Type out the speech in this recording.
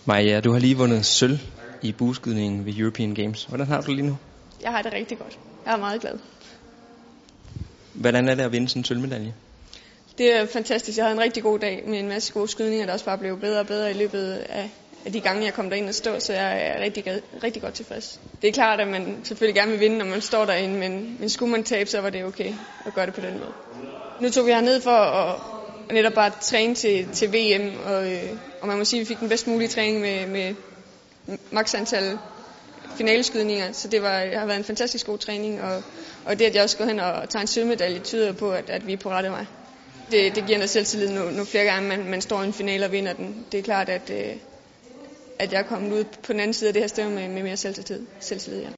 Maja, du har lige vundet sølv i bueskydningen ved European Games. Hvordan har du det lige nu? Jeg har det rigtig godt. Jeg er meget glad. Hvordan er det at vinde sådan en sølvmedalje? Det er fantastisk. Jeg havde en rigtig god dag med en masse gode skydninger, der også bare blev bedre og bedre i løbet af de gange, jeg kom derind og stå, så jeg er rigtig godt tilfreds. Det er klart, at man selvfølgelig gerne vil vinde, når man står derinde, men skulle man tabe, så var det okay at gøre det på den måde. Nu tog vi herned for at netop bare træne til VM, og man må sige, at vi fik den bedst mulige træning med maks antal finaleskydninger, så det har været en fantastisk god træning, og det, at jeg også går hen og tager en sølvmedalje, tyder på, at vi er på rette vej. Det giver noget selvtillid, nu flere gange man står i en finale og vinder den. Det er klart, at jeg er kommet ud på den anden side af det her stævne med mere selvtillid. Ja.